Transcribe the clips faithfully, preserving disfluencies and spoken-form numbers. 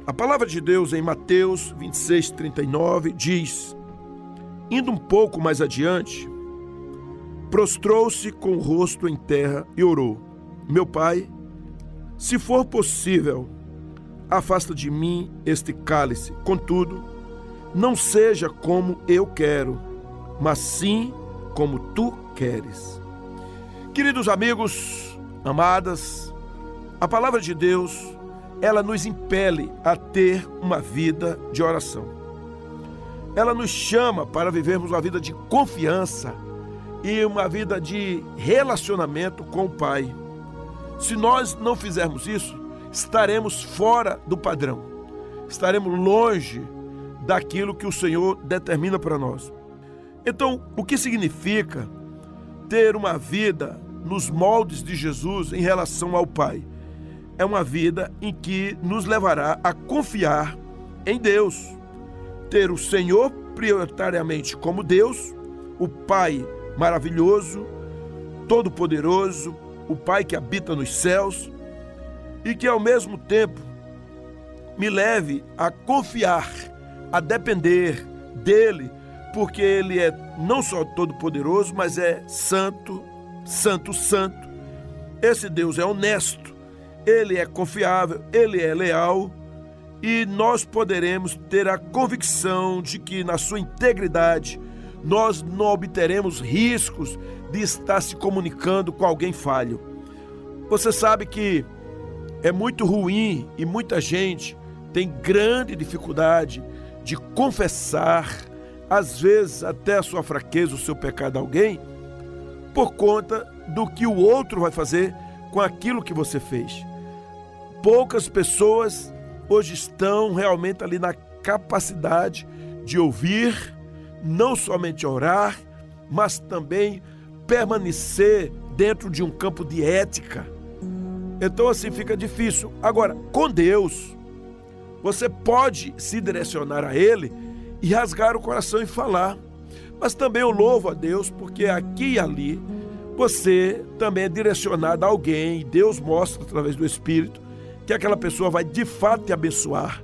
A palavra de Deus em Mateus vinte e seis, trinta e nove diz: indo um pouco mais adiante, prostrou-se com o rosto em terra e orou: meu Pai, se for possível, afasta de mim este cálice. Contudo, não seja como eu quero, mas sim como tu queres. Queridos amigos, amadas, a palavra de Deus, ela nos impele a ter uma vida de oração. Ela nos chama para vivermos uma vida de confiança e uma vida de relacionamento com o Pai. Se nós não fizermos isso, estaremos fora do padrão, estaremos longe daquilo que o Senhor determina para nós. Então, o que significa ter uma vida nos moldes de Jesus em relação ao Pai? É uma vida em que nos levará a confiar em Deus, ter o Senhor prioritariamente como Deus, o Pai maravilhoso, todo-poderoso, o Pai que habita nos céus e que ao mesmo tempo me leve a confiar, a depender dele, porque ele é não só todo-poderoso, mas é santo, santo, santo. Esse Deus é honesto, ele é confiável, ele é leal e nós poderemos ter a convicção de que na sua integridade nós não obteremos riscos de estar se comunicando com alguém falho. Você sabe que é muito ruim e muita gente tem grande dificuldade de confessar, às vezes até a sua fraqueza, o seu pecado a alguém, por conta do que o outro vai fazer com aquilo que você fez. Poucas pessoas hoje estão realmente ali na capacidade de ouvir, não somente orar, mas também permanecer dentro de um campo de ética. Então assim fica difícil. Agora, com Deus, você pode se direcionar a Ele e rasgar o coração e falar. Mas também eu louvo a Deus, porque aqui e ali você também é direcionado a alguém, e Deus mostra através do Espírito que aquela pessoa vai de fato te abençoar.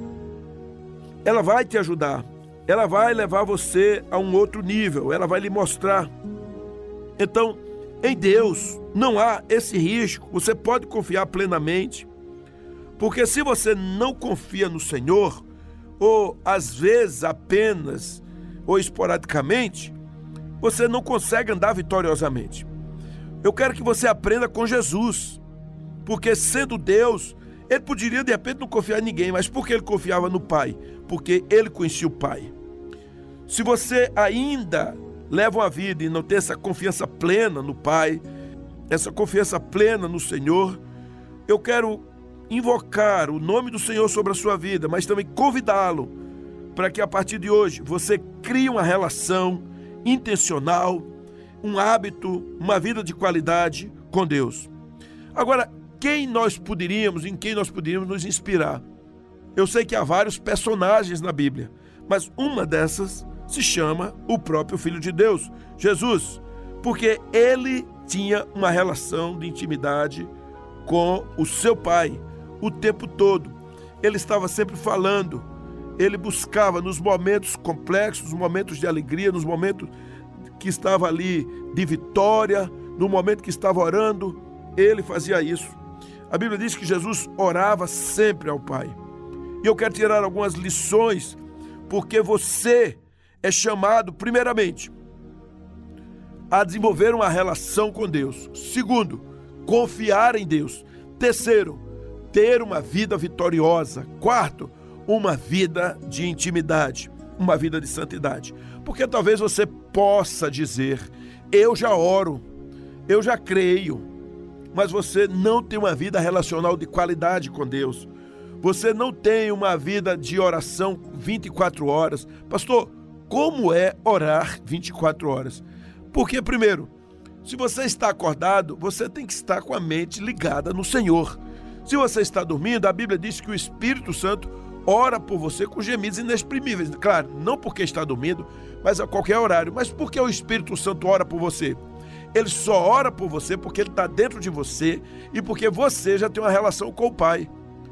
Ela vai te ajudar, ela vai levar você a um outro nível, ela vai lhe mostrar. Então, em Deus não há esse risco, você pode confiar plenamente, porque se você não confia no Senhor, ou às vezes apenas, ou esporadicamente, você não consegue andar vitoriosamente. Eu quero que você aprenda com Jesus, porque sendo Deus, ele poderia de repente não confiar em ninguém, mas por que ele confiava no Pai? Porque ele conhecia o Pai. Se você ainda leva uma vida e não tem essa confiança plena no Pai, essa confiança plena no Senhor, eu quero invocar o nome do Senhor sobre a sua vida, mas também convidá-lo para que a partir de hoje você crie uma relação intencional, um hábito, uma vida de qualidade com Deus. Agora, quem nós poderíamos, em quem nós poderíamos nos inspirar? Eu sei que há vários personagens na Bíblia, mas uma dessas se chama o próprio Filho de Deus, Jesus, porque ele tinha uma relação de intimidade com o seu Pai o tempo todo. Ele estava sempre falando, ele buscava nos momentos complexos, nos momentos de alegria, nos momentos que estava ali de vitória, no momento que estava orando, ele fazia isso. A Bíblia diz que Jesus orava sempre ao Pai. E eu quero tirar algumas lições, porque você é chamado, primeiramente, a desenvolver uma relação com Deus. Segundo, confiar em Deus. Terceiro, ter uma vida vitoriosa. Quarto, uma vida de intimidade, uma vida de santidade. Porque talvez você possa dizer, eu já oro, eu já creio, mas você não tem uma vida relacional de qualidade com Deus. Você não tem uma vida de oração vinte e quatro horas. Pastor, como é orar vinte e quatro horas? Porque, primeiro, se você está acordado, você tem que estar com a mente ligada no Senhor. Se você está dormindo, a Bíblia diz que o Espírito Santo ora por você com gemidos inexprimíveis. Claro, não porque está dormindo, mas a qualquer horário. Mas por que o Espírito Santo ora por você? Ele só ora por você porque ele está dentro de você e porque você já tem uma relação com o Pai.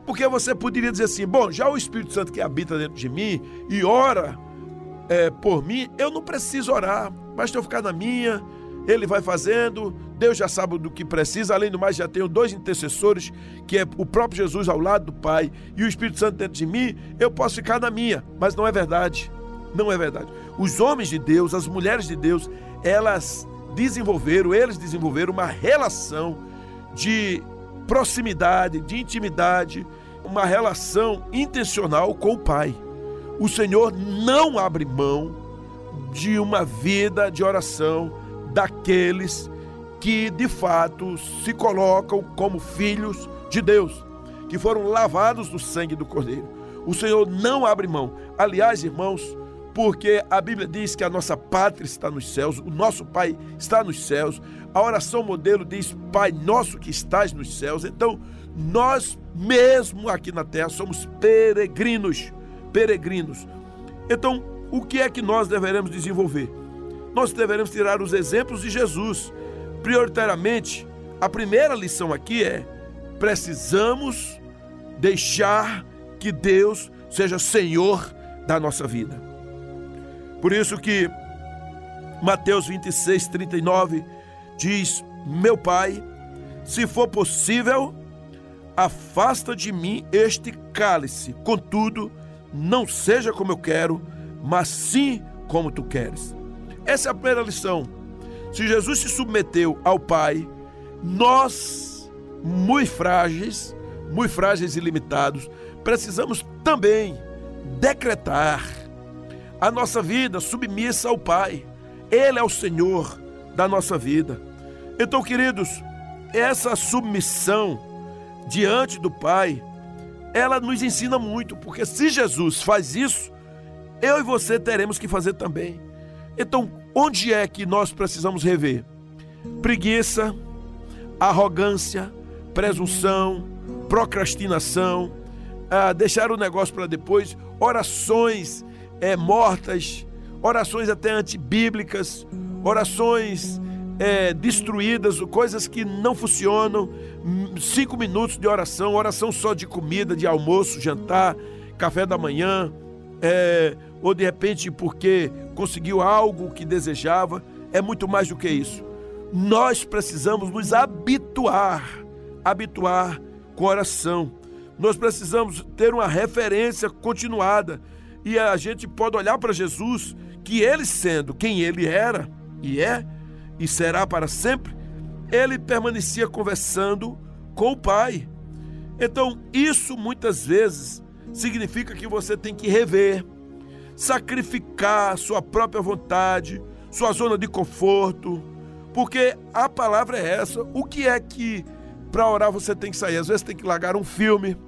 Porque você poderia dizer assim, bom, já o Espírito Santo que habita dentro de mim e ora é, por mim, eu não preciso orar, basta eu ficar na minha, ele vai fazendo, Deus já sabe do que precisa, além do mais já tenho dois intercessores, que é o próprio Jesus ao lado do Pai e o Espírito Santo dentro de mim, eu posso ficar na minha, mas não é verdade, não é verdade. Os homens de Deus, as mulheres de Deus, elas desenvolveram, eles desenvolveram uma relação de proximidade, de intimidade, uma relação intencional com o Pai. O Senhor não abre mão de uma vida de oração daqueles que de fato se colocam como filhos de Deus, que foram lavados no sangue do Cordeiro. O Senhor não abre mão. Aliás, irmãos, porque a Bíblia diz que a nossa pátria está nos céus, o nosso Pai está nos céus, a oração modelo diz, Pai nosso que estás nos céus. Então, nós mesmo aqui na terra somos peregrinos, peregrinos. Então, o que é que nós deveremos desenvolver? Nós deveremos tirar os exemplos de Jesus. Prioritariamente, a primeira lição aqui é, precisamos deixar que Deus seja Senhor da nossa vida. Por isso que Mateus vinte e seis, trinta e nove diz, meu Pai, se for possível, afasta de mim este cálice, contudo, não seja como eu quero, mas sim como tu queres. Essa é a primeira lição. Se Jesus se submeteu ao Pai, nós, muito frágeis, muito frágeis e limitados, precisamos também decretar a nossa vida submissa ao Pai. Ele é o Senhor da nossa vida. Então, queridos, essa submissão diante do Pai, ela nos ensina muito, porque se Jesus faz isso, eu e você teremos que fazer também. Então, onde é que nós precisamos rever? Preguiça, arrogância, presunção, procrastinação, ah, deixar o negócio para depois, orações é, mortas, orações até antibíblicas, orações é, destruídas, coisas que não funcionam, cinco minutos de oração, oração só de comida, de almoço, jantar, café da manhã, é, ou de repente porque conseguiu algo que desejava, é muito mais do que isso. Nós precisamos nos habituar, habituar com oração. Nós precisamos ter uma referência continuada e a gente pode olhar para Jesus, que ele sendo quem ele era e é e será para sempre, ele permanecia conversando com o Pai. Então isso muitas vezes significa que você tem que rever, sacrificar sua própria vontade, sua zona de conforto, porque a palavra é essa. O que é que para orar você tem que sair? Às vezes tem que largar um filme,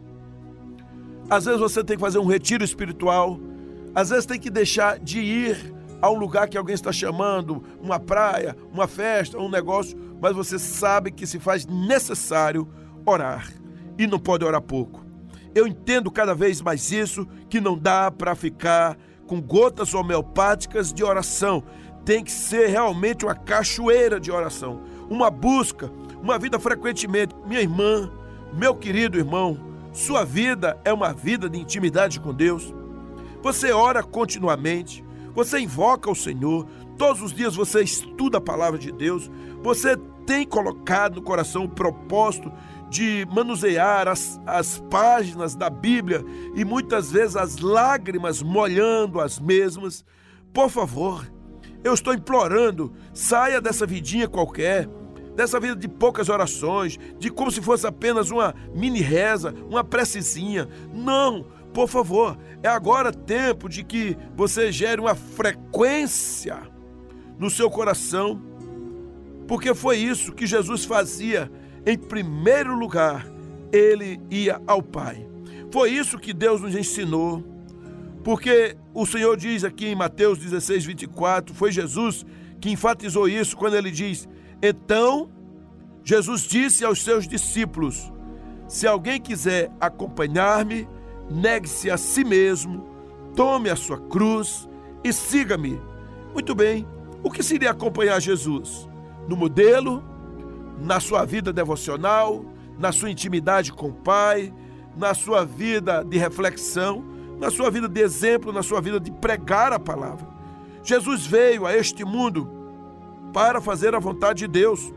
às vezes você tem que fazer um retiro espiritual, às vezes tem que deixar de ir a um lugar que alguém está chamando, uma praia, uma festa, um negócio, mas você sabe que se faz necessário orar e não pode orar pouco. Eu entendo cada vez mais isso, que não dá para ficar com gotas homeopáticas de oração. Tem que ser realmente uma cachoeira de oração, uma busca, uma vida frequentemente. Minha irmã, meu querido irmão, sua vida é uma vida de intimidade com Deus. Você ora continuamente, você invoca o Senhor, todos os dias você estuda a palavra de Deus, você tem colocado no coração o propósito de manusear as, as páginas da Bíblia e muitas vezes as lágrimas molhando as mesmas. Por favor, eu estou implorando, saia dessa vidinha qualquer, dessa vida de poucas orações, de como se fosse apenas uma mini reza, uma precezinha. Não, por favor, é agora tempo de que você gere uma frequência no seu coração, porque foi isso que Jesus fazia. Em primeiro lugar, ele ia ao Pai. Foi isso que Deus nos ensinou, porque o Senhor diz aqui em Mateus dezesseis, vinte e quatro, foi Jesus que enfatizou isso quando ele diz, então Jesus disse aos seus discípulos, se alguém quiser acompanhar-me, negue-se a si mesmo, tome a sua cruz e siga-me. Muito bem, o que seria acompanhar Jesus? No modelo, na sua vida devocional, na sua intimidade com o Pai, na sua vida de reflexão, na sua vida de exemplo, na sua vida de pregar a palavra. Jesus veio a este mundo para fazer a vontade de Deus.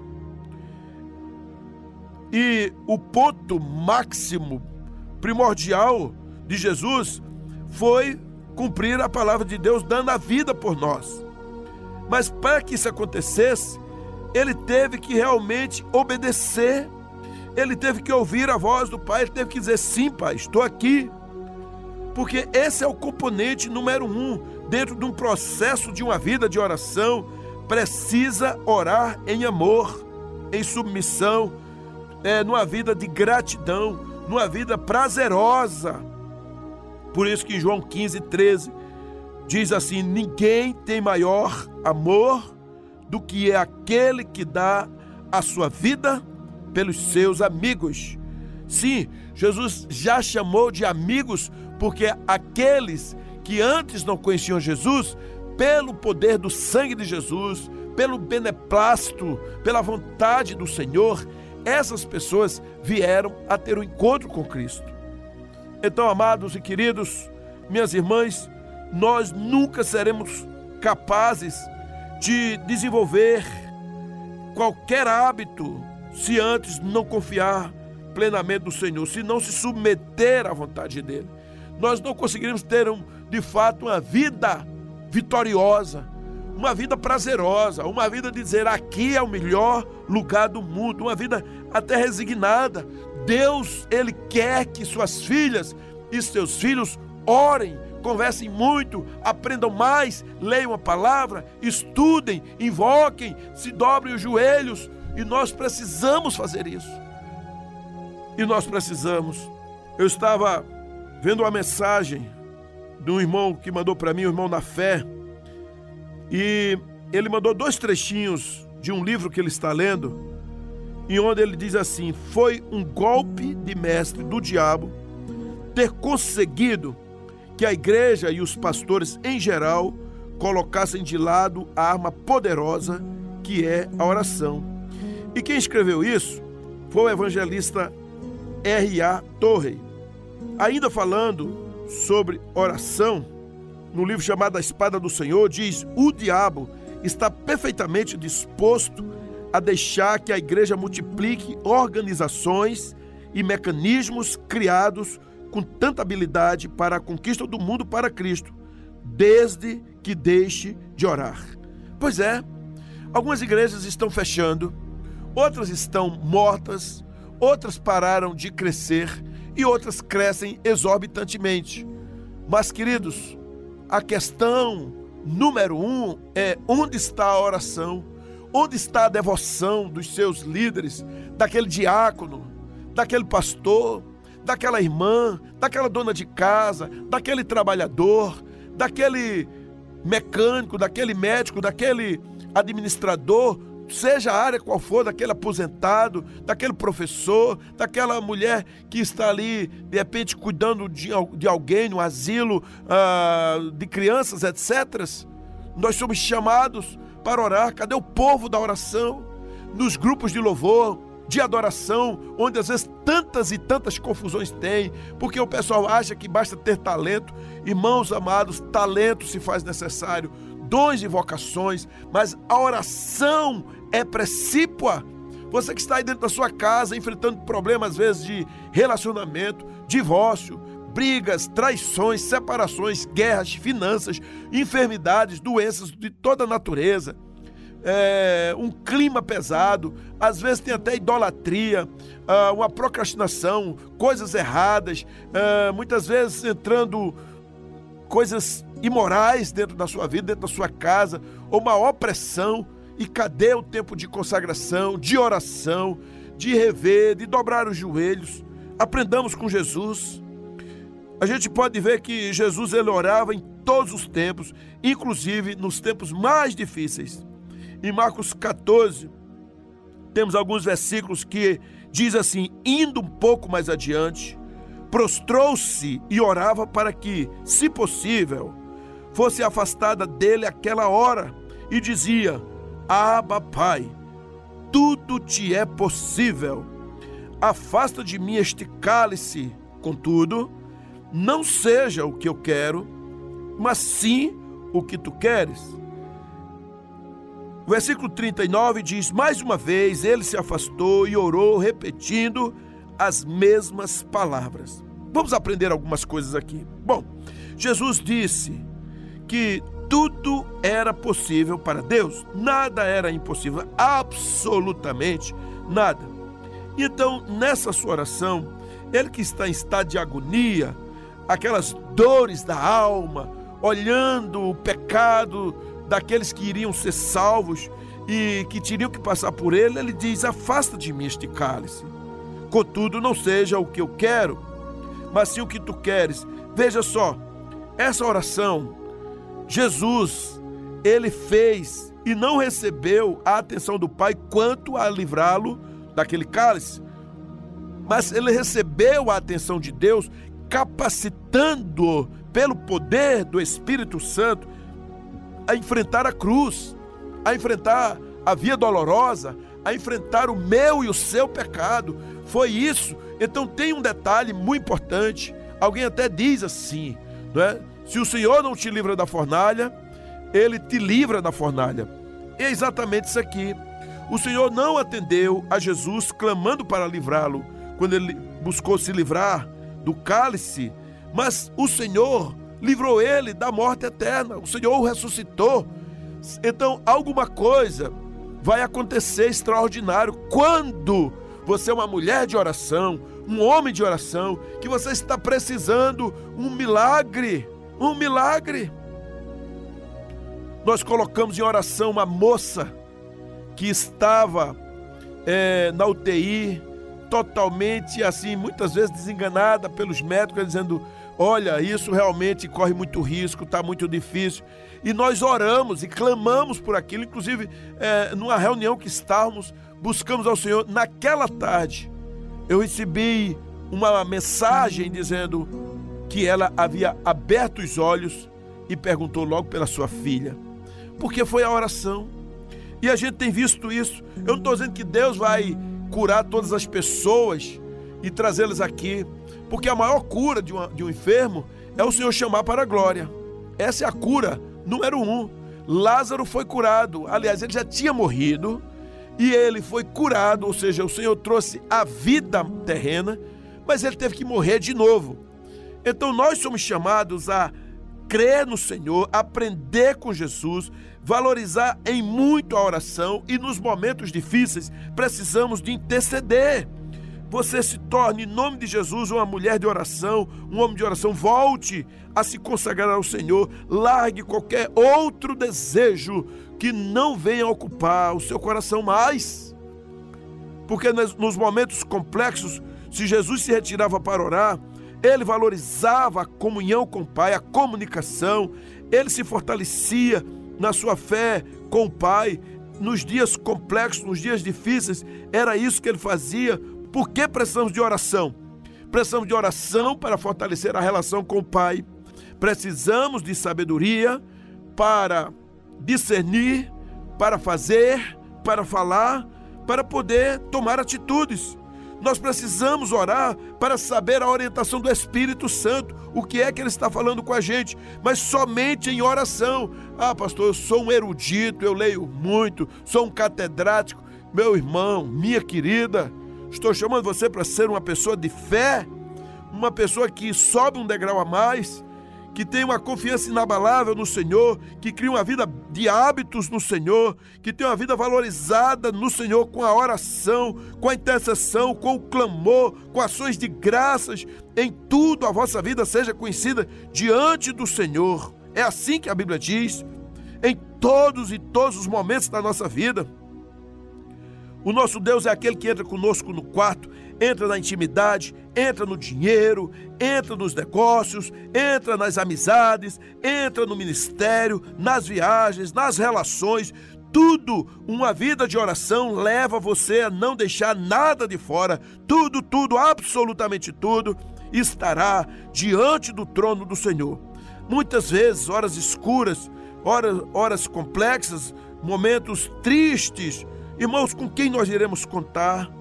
E o ponto máximo, primordial de Jesus foi cumprir a palavra de Deus, dando a vida por nós. Mas para que isso acontecesse, ele teve que realmente obedecer, ele teve que ouvir a voz do Pai, ele teve que dizer: sim, Pai, estou aqui. Porque esse é o componente número um, dentro de um processo de uma vida de oração. Precisa orar em amor, em submissão, é, numa vida de gratidão, numa vida prazerosa. Por isso que em João quinze, treze, diz assim: ninguém tem maior amor do que é aquele que dá a sua vida pelos seus amigos. Sim, Jesus já chamou de amigos, porque aqueles que antes não conheciam Jesus, pelo poder do sangue de Jesus, pelo beneplácito, pela vontade do Senhor, essas pessoas vieram a ter um encontro com Cristo. Então, amados e queridos, minhas irmãs, nós nunca seremos capazes de desenvolver qualquer hábito se antes não confiar plenamente no Senhor, se não se submeter à vontade dele. Nós não conseguiremos ter, um, de fato, uma vida vitoriosa, uma vida prazerosa, uma vida de dizer: aqui é o melhor lugar do mundo, uma vida até resignada. Deus, ele quer que suas filhas e seus filhos orem, conversem muito, aprendam mais, leiam a palavra, estudem, invoquem, se dobrem os joelhos, e nós precisamos fazer isso. E nós precisamos. Eu estava vendo uma mensagem de um irmão que mandou para mim, um irmão na fé, e ele mandou dois trechinhos de um livro que ele está lendo, em onde ele diz assim: foi um golpe de mestre do diabo ter conseguido que a igreja e os pastores em geral colocassem de lado a arma poderosa que é a oração. E quem escreveu isso foi o evangelista R A Torrey. Ainda falando sobre oração, no livro chamado A Espada do Senhor, diz: o diabo está perfeitamente disposto a deixar que a igreja multiplique organizações e mecanismos criados com tanta habilidade para a conquista do mundo para Cristo, desde que deixe de orar. Pois é, algumas igrejas estão fechando, outras estão mortas, outras pararam de crescer e outras crescem exorbitantemente. Mas, queridos, a questão número um é: onde está a oração? Onde está a devoção dos seus líderes, daquele diácono, daquele pastor, daquela irmã, daquela dona de casa, daquele trabalhador, daquele mecânico, daquele médico, daquele administrador, seja a área qual for, daquele aposentado, daquele professor, daquela mulher que está ali, de repente, cuidando de, de alguém no asilo uh, de crianças, etcétera. Nós somos chamados para orar. Cadê o povo da oração? Nos grupos de louvor, de adoração, onde às vezes tantas e tantas confusões tem, porque o pessoal acha que basta ter talento. Irmãos amados, talento se faz necessário, dons e vocações, mas a oração é precípua. Você que está aí dentro da sua casa, enfrentando problemas às vezes de relacionamento, divórcio, brigas, traições, separações, guerras, finanças, enfermidades, doenças de toda natureza, é, um clima pesado, às vezes tem até idolatria, uh, uma procrastinação, coisas erradas, uh, muitas vezes entrando coisas imorais dentro da sua vida, dentro da sua casa, ou uma opressão. E cadê o tempo de consagração, de oração, de rever, de dobrar os joelhos? Aprendamos com Jesus. A gente pode ver que Jesus, ele orava em todos os tempos, inclusive nos tempos mais difíceis. Em Marcos catorze, temos alguns versículos que diz assim: indo um pouco mais adiante, prostrou-se e orava para que, se possível, fosse afastada dele aquela hora, e dizia: Abba, Pai, tudo te é possível. Afasta de mim este cálice, Contudo, não seja o que eu quero, mas sim o que tu queres. O versículo trinta e nove diz: mais uma vez ele se afastou e orou, repetindo as mesmas palavras. Vamos aprender algumas coisas aqui. Bom, Jesus disse que tudo era possível para Deus, nada era impossível, absolutamente nada. Então, nessa sua oração, ele que está em estado de agonia, aquelas dores da alma, olhando o pecado daqueles que iriam ser salvos e que teriam que passar por ele, ele diz: afasta de mim este cálice. Contudo, não seja o que eu quero, mas sim o que tu queres. Veja só, essa oração, Jesus, ele fez e não recebeu a atenção do Pai quanto a livrá-lo daquele cálice, mas ele recebeu a atenção de Deus, capacitando-o pelo poder do Espírito Santo a enfrentar a cruz, a enfrentar a via dolorosa, a enfrentar o meu e o seu pecado. Foi isso. Então tem um detalhe muito importante. Alguém até diz assim, não é? Se o Senhor não te livra da fornalha, Ele te livra da fornalha. E é exatamente isso aqui. O Senhor não atendeu a Jesus clamando para livrá-lo, quando ele buscou se livrar do cálice, mas o Senhor livrou ele da morte eterna. O Senhor o ressuscitou. Então alguma coisa vai acontecer extraordinário quando você é uma mulher de oração, um homem de oração, que você está precisando um milagre, um milagre. Nós colocamos em oração uma moça que estava é, na U T I, totalmente assim, muitas vezes desenganada pelos médicos, dizendo: olha, isso realmente corre muito risco, está muito difícil. E nós oramos e clamamos por aquilo, inclusive é, numa reunião que estávamos, buscamos ao Senhor. Naquela tarde, eu recebi uma mensagem dizendo que ela havia aberto os olhos e perguntou logo pela sua filha, porque foi a oração. E a gente tem visto isso. Eu não estou dizendo que Deus vai curar todas as pessoas e trazê-las aqui, porque a maior cura de, uma, de um enfermo é o Senhor chamar para a glória. Essa é a cura número um. Lázaro foi curado, aliás, ele já tinha morrido e ele foi curado, ou seja, o Senhor trouxe a vida terrena, mas ele teve que morrer de novo. Então nós somos chamados a crer no Senhor, aprender com Jesus, valorizar em muito a oração, e nos momentos difíceis precisamos de interceder. Você se torne, em nome de Jesus, uma mulher de oração, um homem de oração. Volte a se consagrar ao Senhor. Largue qualquer outro desejo que não venha ocupar o seu coração mais. Porque nos momentos complexos, se Jesus se retirava para orar, ele valorizava a comunhão com o Pai, a comunicação. Ele se fortalecia na sua fé com o Pai. Nos dias complexos, nos dias difíceis, era isso que ele fazia. Por que precisamos de oração? Precisamos de oração para fortalecer a relação com o Pai. Precisamos de sabedoria para discernir, para fazer, para falar, para poder tomar atitudes. Nós precisamos orar para saber a orientação do Espírito Santo, o que é que Ele está falando com a gente, mas somente em oração. Ah, pastor, eu sou um erudito, eu leio muito, sou um catedrático. Meu irmão, minha querida, estou chamando você para ser uma pessoa de fé, uma pessoa que sobe um degrau a mais, que tem uma confiança inabalável no Senhor, que cria uma vida de hábitos no Senhor, que tem uma vida valorizada no Senhor, com a oração, com a intercessão, com o clamor, com ações de graças. Em tudo a vossa vida seja conhecida diante do Senhor. É assim que a Bíblia diz, em todos e todos os momentos da nossa vida. O nosso Deus é aquele que entra conosco no quarto, entra na intimidade, entra no dinheiro, entra nos negócios, entra nas amizades, entra no ministério, nas viagens, nas relações. Tudo, uma vida de oração leva você a não deixar nada de fora. Tudo, tudo, absolutamente tudo estará diante do trono do Senhor. Muitas vezes, horas escuras, horas, horas complexas, momentos tristes. Irmãos, com quem nós iremos contar?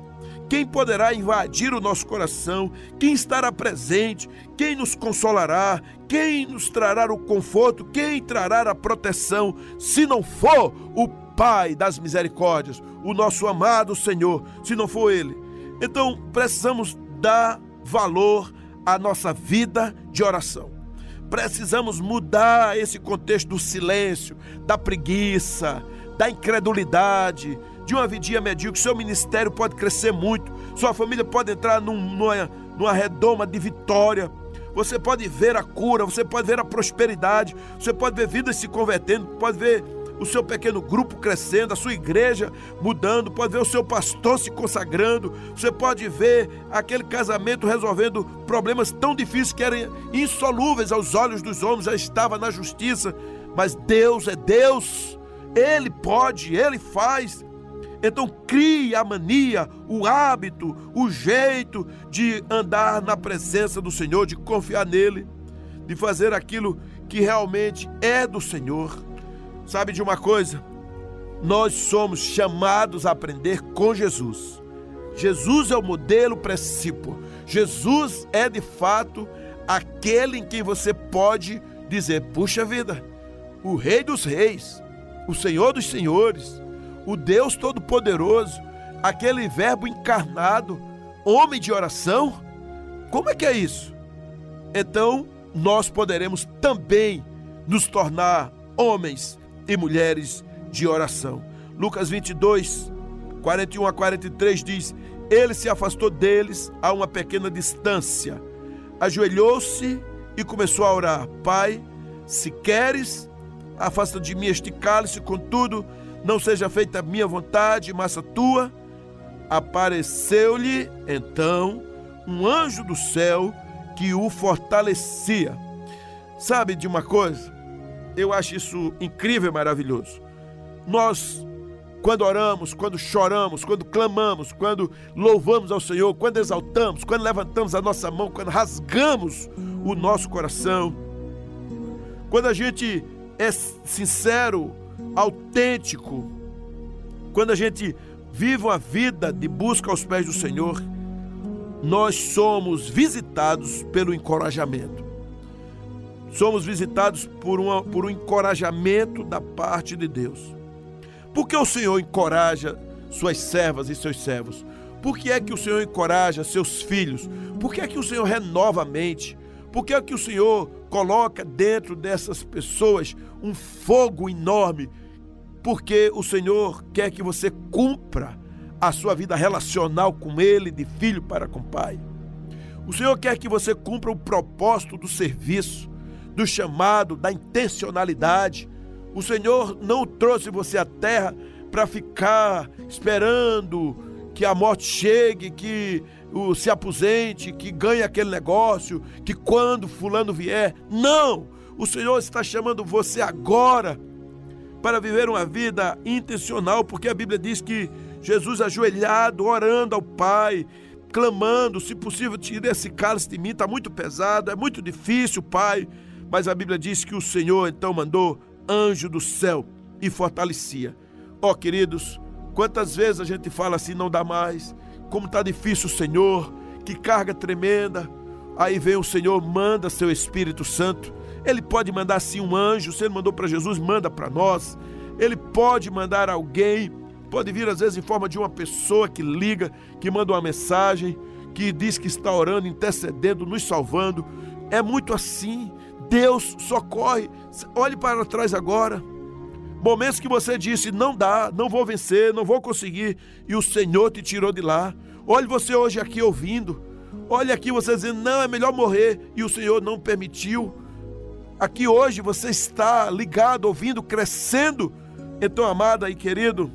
Quem poderá invadir o nosso coração? Quem estará presente? Quem nos consolará? Quem nos trará o conforto? Quem trará a proteção? Se não for o Pai das misericórdias, o nosso amado Senhor, se não for Ele. Então precisamos dar valor à nossa vida de oração. Precisamos mudar esse contexto do silêncio, da preguiça, da incredulidade, de uma vidinha medíocre. Seu ministério pode crescer muito, sua família pode entrar num, numa, numa redoma de vitória. Você pode ver a cura, você pode ver a prosperidade, você pode ver vidas se convertendo, pode ver o seu pequeno grupo crescendo, a sua igreja mudando, pode ver o seu pastor se consagrando, você pode ver aquele casamento resolvendo problemas tão difíceis que eram insolúveis aos olhos dos homens, já estava na justiça, mas Deus é Deus, Ele pode, Ele faz. Então crie a mania, o hábito, o jeito de andar na presença do Senhor, de confiar nele, de fazer aquilo que realmente é do Senhor. Sabe de uma coisa? Nós somos chamados a aprender com Jesus. Jesus é o modelo princípio. Jesus é de fato aquele em quem você pode dizer, puxa vida, o Rei dos Reis, o Senhor dos Senhores, o Deus Todo-Poderoso, aquele verbo encarnado, homem de oração. Como é que é isso? Então nós poderemos também nos tornar homens e mulheres de oração. Lucas vinte e dois, quarenta e um a quarenta e três diz: ele se afastou deles a uma pequena distância, ajoelhou-se e começou a orar: Pai, se queres, afasta de mim este cálice, contudo, não seja feita a minha vontade, mas a tua. Apareceu-lhe então um anjo do céu que o fortalecia. Sabe de uma coisa? Eu acho isso incrível e maravilhoso. Nós, quando oramos, quando choramos, quando clamamos, quando louvamos ao Senhor, quando exaltamos, quando levantamos a nossa mão, quando rasgamos o nosso coração, quando a gente é sincero, autêntico, quando a gente vive uma vida de busca aos pés do Senhor, nós somos visitados pelo encorajamento. Somos visitados por, uma, por um encorajamento da parte de Deus. Por que o Senhor encoraja suas servas e seus servos? Por que é que o Senhor encoraja seus filhos? Por que é que o Senhor renova a mente? Por que é que o Senhor coloca dentro dessas pessoas um fogo enorme? Porque o Senhor quer que você cumpra a sua vida relacional com Ele, de filho para com o Pai. O Senhor quer que você cumpra o propósito do serviço, do chamado, da intencionalidade. O Senhor não trouxe você à terra para ficar esperando que a morte chegue, que o, se aposente, que ganhe aquele negócio, que quando fulano vier. Não! O Senhor está chamando você agora para viver uma vida intencional, porque a Bíblia diz que Jesus ajoelhado, orando ao Pai, clamando, se possível, tire esse cálice de mim, está muito pesado, é muito difícil, Pai. Mas a Bíblia diz que o Senhor então mandou anjo do céu e fortalecia. Ó, queridos, quantas vezes a gente fala assim, não dá mais, como está difícil, Senhor, que carga tremenda. Aí vem o Senhor, manda seu Espírito Santo. Ele pode mandar sim um anjo, se ele mandou para Jesus, manda para nós. Ele pode mandar alguém, pode vir às vezes em forma de uma pessoa que liga, que manda uma mensagem, que diz que está orando, intercedendo, nos salvando. É muito assim. Deus socorre. Olhe para trás agora. Momentos que você disse, não dá, não vou vencer, não vou conseguir, e o Senhor te tirou de lá. Olhe você hoje aqui ouvindo. Olhe aqui você dizendo, não, é melhor morrer, e o Senhor não permitiu. Aqui hoje você está ligado, ouvindo, crescendo. Então, amada e querido,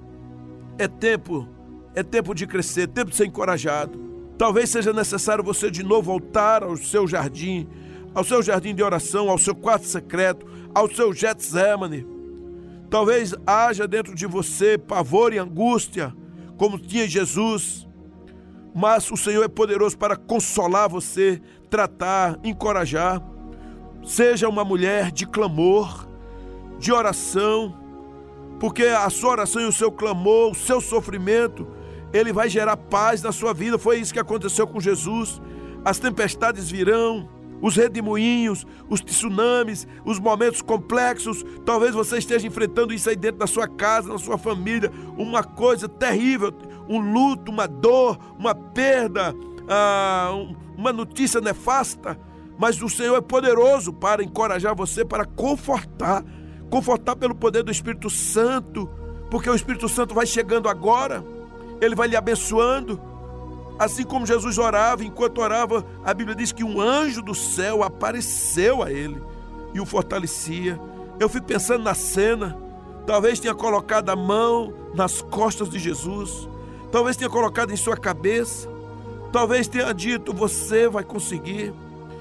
é tempo, é tempo de crescer, tempo de ser encorajado. Talvez seja necessário você de novo voltar ao seu jardim, ao seu jardim de oração, ao seu quarto secreto, ao seu Getsemane. Talvez haja dentro de você pavor e angústia, como tinha Jesus, mas o Senhor é poderoso para consolar você, tratar, encorajar. Seja uma mulher de clamor, de oração, porque a sua oração e o seu clamor, o seu sofrimento, Ele vai gerar paz na sua vida. Foi isso que aconteceu com Jesus. As tempestades virão, os redemoinhos, os tsunamis, os momentos complexos. Talvez você esteja enfrentando isso aí dentro da sua casa, na sua família, uma coisa terrível, um luto, uma dor, uma perda, ah, uma notícia nefasta. Mas o Senhor é poderoso para encorajar você, para confortar, confortar pelo poder do Espírito Santo, porque o Espírito Santo vai chegando agora, ele vai lhe abençoando. Assim como Jesus orava, enquanto orava, a Bíblia diz que um anjo do céu apareceu a ele e o fortalecia. Eu fico pensando na cena, talvez tenha colocado a mão nas costas de Jesus, talvez tenha colocado em sua cabeça, talvez tenha dito: você vai conseguir,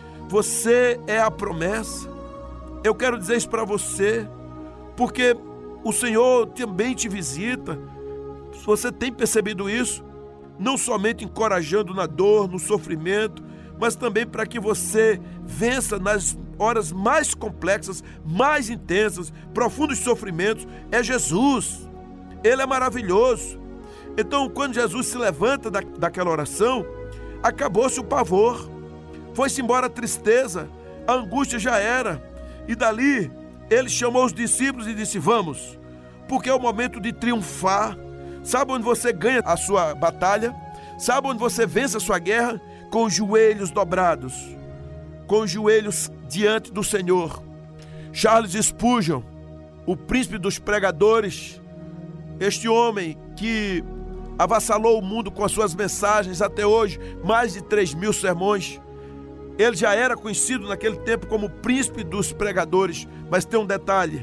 você é a promessa. Eu quero dizer isso para você, porque o Senhor também te visita. Se você tem percebido isso, não somente encorajando na dor, no sofrimento, mas também para que você vença nas horas mais complexas, mais intensas, profundos sofrimentos, é Jesus. Ele é maravilhoso. Então, quando Jesus se levanta da, daquela oração, acabou-se o pavor, foi-se embora a tristeza, a angústia já era, e dali ele chamou os discípulos e disse: vamos, porque é o momento de triunfar. Sabe onde você ganha a sua batalha? Sabe onde você vence a sua guerra? Com os joelhos dobrados, com os joelhos diante do Senhor. Charles Spurgeon, o príncipe dos pregadores, este homem que avassalou o mundo com as suas mensagens até hoje, mais de três mil sermões. Ele já era conhecido naquele tempo como o príncipe dos pregadores, mas tem um detalhe: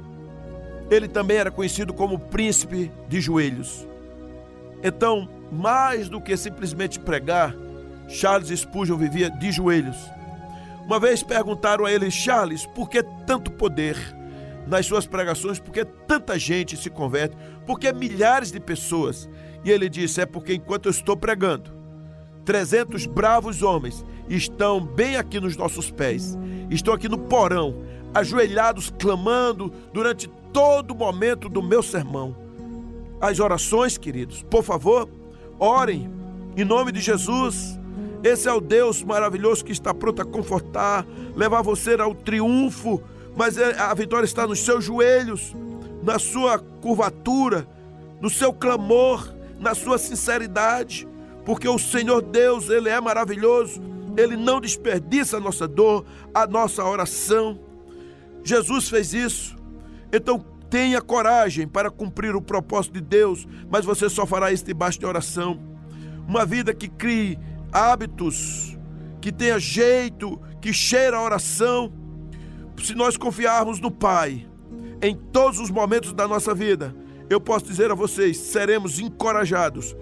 ele também era conhecido como príncipe de joelhos. Então, mais do que simplesmente pregar, Charles Spurgeon vivia de joelhos. Uma vez perguntaram a ele: Charles, por que tanto poder nas suas pregações? Por que tanta gente se converte? Por que milhares de pessoas? E ele disse: é porque enquanto eu estou pregando, trezentos bravos homens estão bem aqui nos nossos pés, estão aqui no porão, ajoelhados, clamando durante todo o momento do meu sermão. As orações, queridos, por favor, orem em nome de Jesus. Esse é o Deus maravilhoso que está pronto a confortar, levar você ao triunfo, mas a vitória está nos seus joelhos, na sua curvatura, no seu clamor, na sua sinceridade, porque o Senhor Deus, Ele é maravilhoso, Ele não desperdiça a nossa dor, a nossa oração. Jesus fez isso. Então tenha coragem para cumprir o propósito de Deus, mas você só fará isso debaixo de oração. Uma vida que crie hábitos, que tenha jeito, que cheira a oração. Se nós confiarmos no Pai em todos os momentos da nossa vida, eu posso dizer a vocês, seremos encorajados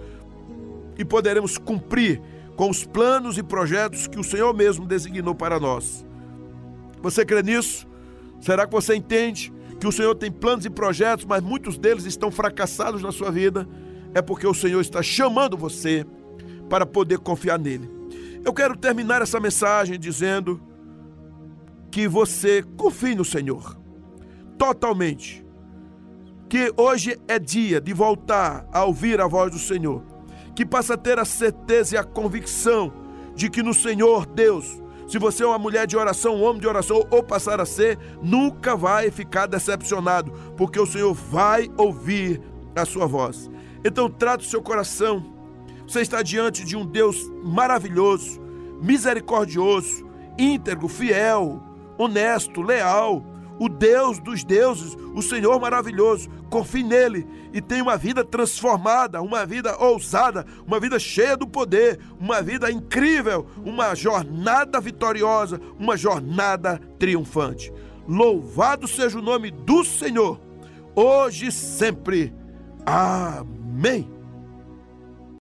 e poderemos cumprir com os planos e projetos que o Senhor mesmo designou para nós. Você crê nisso? Será que você entende que o Senhor tem planos e projetos, mas muitos deles estão fracassados na sua vida? É porque o Senhor está chamando você para poder confiar nele. Eu quero terminar essa mensagem dizendo que você confie no Senhor totalmente, que hoje é dia de voltar a ouvir a voz do Senhor, que passa a ter a certeza e a convicção de que no Senhor Deus, se você é uma mulher de oração, um homem de oração, ou passar a ser, nunca vai ficar decepcionado, porque o Senhor vai ouvir a sua voz. Então trate o seu coração. Você está diante de um Deus maravilhoso, misericordioso, íntegro, fiel, honesto, leal, o Deus dos deuses, o Senhor maravilhoso. Confie nele e tenha uma vida transformada, uma vida ousada, uma vida cheia do poder, uma vida incrível, uma jornada vitoriosa, uma jornada triunfante. Louvado seja o nome do Senhor, hoje e sempre. Amém.